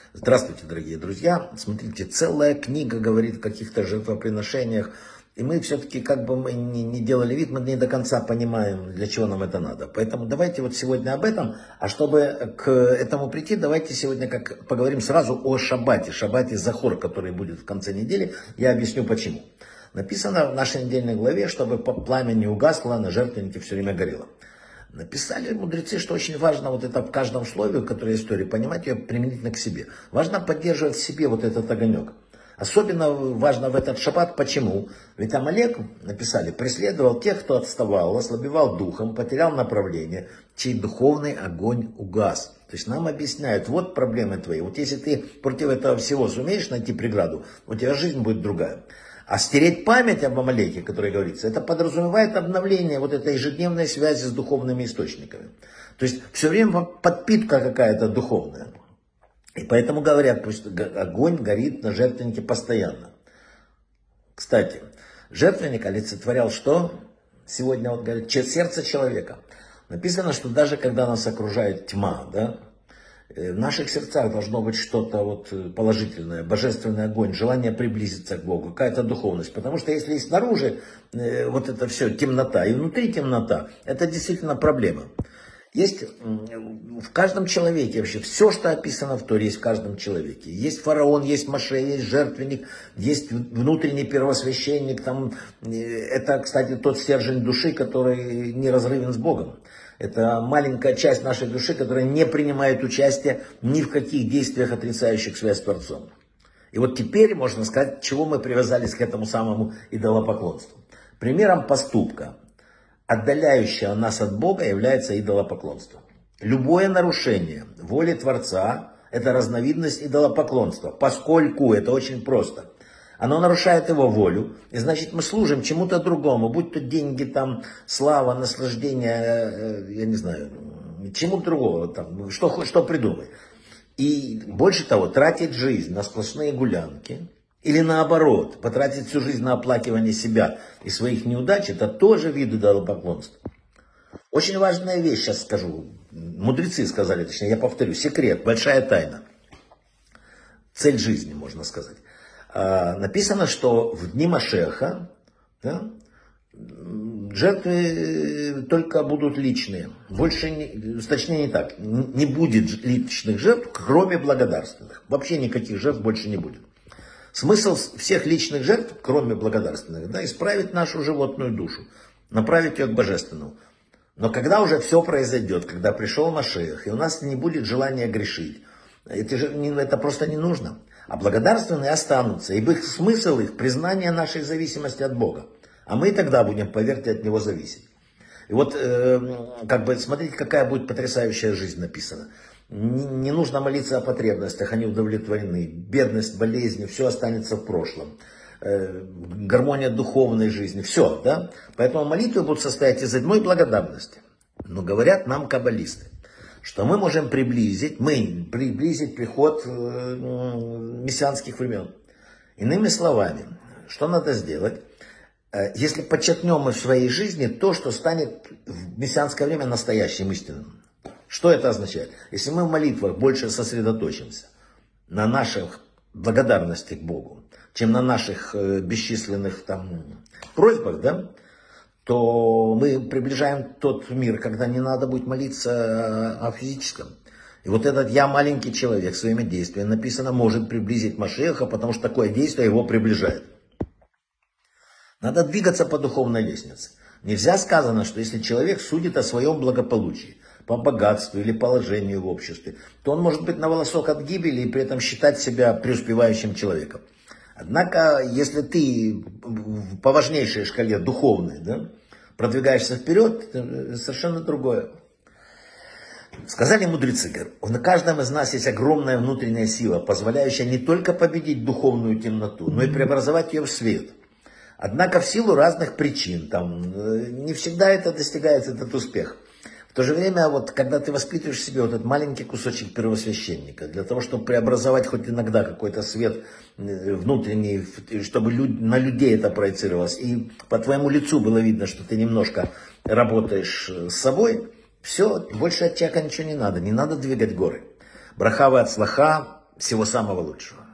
Здравствуйте, дорогие друзья. Смотрите, целая книга говорит о каких-то жертвоприношениях. И мы все-таки, как бы мы не делали вид, мы не до конца понимаем, для чего нам это надо. Поэтому давайте вот сегодня об этом. А чтобы к этому прийти, давайте сегодня поговорим сразу о шаббате. Шаббате Захор, который будет в конце недели. Я объясню почему. Написано в нашей недельной главе, чтобы пламя не угасло, на жертвеннике все время горело. Написали мудрецы, что очень важно вот это в каждом слове, которое история, понимать ее применительно к себе. Важно поддерживать в себе вот этот огонек. Особенно важно в этот шаббат. Почему? Ведь Амалек, написали, преследовал тех, кто отставал, ослабевал духом, потерял направление, чей духовный огонь угас. То есть нам объясняют, вот проблемы твои. Вот если ты против этого всего сумеешь найти преграду, у тебя жизнь будет другая. А стереть память об Амалеке, которой говорится, это подразумевает обновление вот этой ежедневной связи с духовными источниками. То есть все время подпитка какая-то духовная. И поэтому говорят, пусть огонь горит на жертвеннике постоянно. Кстати, жертвенник олицетворял что? Сегодня вот говорит, сердце человека. Написано, что даже когда нас окружает тьма, да, в наших сердцах должно быть что-то вот положительное, божественный огонь, желание приблизиться к Богу, какая-то духовность. Потому что если и снаружи вот это все темнота, и внутри темнота, это действительно проблема. Есть в каждом человеке вообще, все, что описано в Торе, есть в каждом человеке. Есть фараон, есть Моше, есть жертвенник, есть внутренний первосвященник. Там, это, кстати, тот стержень души, который неразрывен с Богом. Это маленькая часть нашей души, которая не принимает участие ни в каких действиях, отрицающих связь с Творцом. И вот теперь можно сказать, чего мы привязались к этому самому идолопоклонству. Примером поступка, отдаляющего нас от Бога, является идолопоклонство. Любое нарушение воли Творца – это разновидность идолопоклонства, поскольку это очень просто. Оно нарушает его волю, и значит мы служим чему-то другому, будь то деньги, там, слава, наслаждение, я не знаю, чему-то другому, там, что придумай. И больше того, тратить жизнь на сплошные гулянки, или наоборот, потратить всю жизнь на оплакивание себя и своих неудач, это тоже вид идолопоклонства. Очень важная вещь, сейчас скажу, мудрецы сказали, точнее, я повторю, секрет, большая тайна, цель жизни, можно сказать. Написано, что в дни Машеха, да, жертвы только будут личные. Больше, точнее не так, не будет личных жертв, кроме благодарственных. Вообще никаких жертв больше не будет. Смысл всех личных жертв, кроме благодарственных, да, исправить нашу животную душу, направить ее к божественному. Но когда уже все произойдет, когда пришел Машех, и у нас не будет желания грешить, это просто не нужно. А благодарственные останутся, ибо их смысл их признание нашей зависимости от Бога. А мы тогда будем, поверьте, от Него зависеть. И вот, как бы, смотрите, какая будет потрясающая жизнь написана. Не нужно молиться о потребностях, они удовлетворены. Бедность, болезни, все останется в прошлом. Гармония духовной жизни, все, да. Поэтому молитвы будут состоять из одной благодарности. Но говорят нам каббалисты, что мы можем приблизить приход мессианских времен. Иными словами, что надо сделать? Если подчеркнем мы в своей жизни то, что станет в мессианское время настоящим истинным. Что это означает? Если мы в молитвах больше сосредоточимся на наших благодарности к Богу, чем на наших бесчисленных там просьбах, да, то мы приближаем тот мир, когда не надо будет молиться о физическом. И вот этот «я маленький человек» своими действиями, написано, может приблизить Машеха, потому что такое действие его приближает. Надо двигаться по духовной лестнице. Нельзя сказано, что если человек судит о своем благополучии, по богатству или положению в обществе, то он может быть на волосок от гибели и при этом считать себя преуспевающим человеком. Однако, если ты по важнейшей шкале духовной, да, продвигаешься вперед, это совершенно другое. Сказали мудрецы, на каждом из нас есть огромная внутренняя сила, позволяющая не только победить духовную темноту, но и преобразовать ее в свет. Однако в силу разных причин, не всегда это достигается, этот успех. В то же время, вот, когда ты воспитываешь в себе вот этот маленький кусочек первосвященника, для того, чтобы преобразовать хоть иногда какой-то свет внутренний, чтобы на людей это проецировалось, и по твоему лицу было видно, что ты немножко работаешь с собой, все, больше от тебя ничего не надо двигать горы. Браха ве ацлаха, Всего самого лучшего.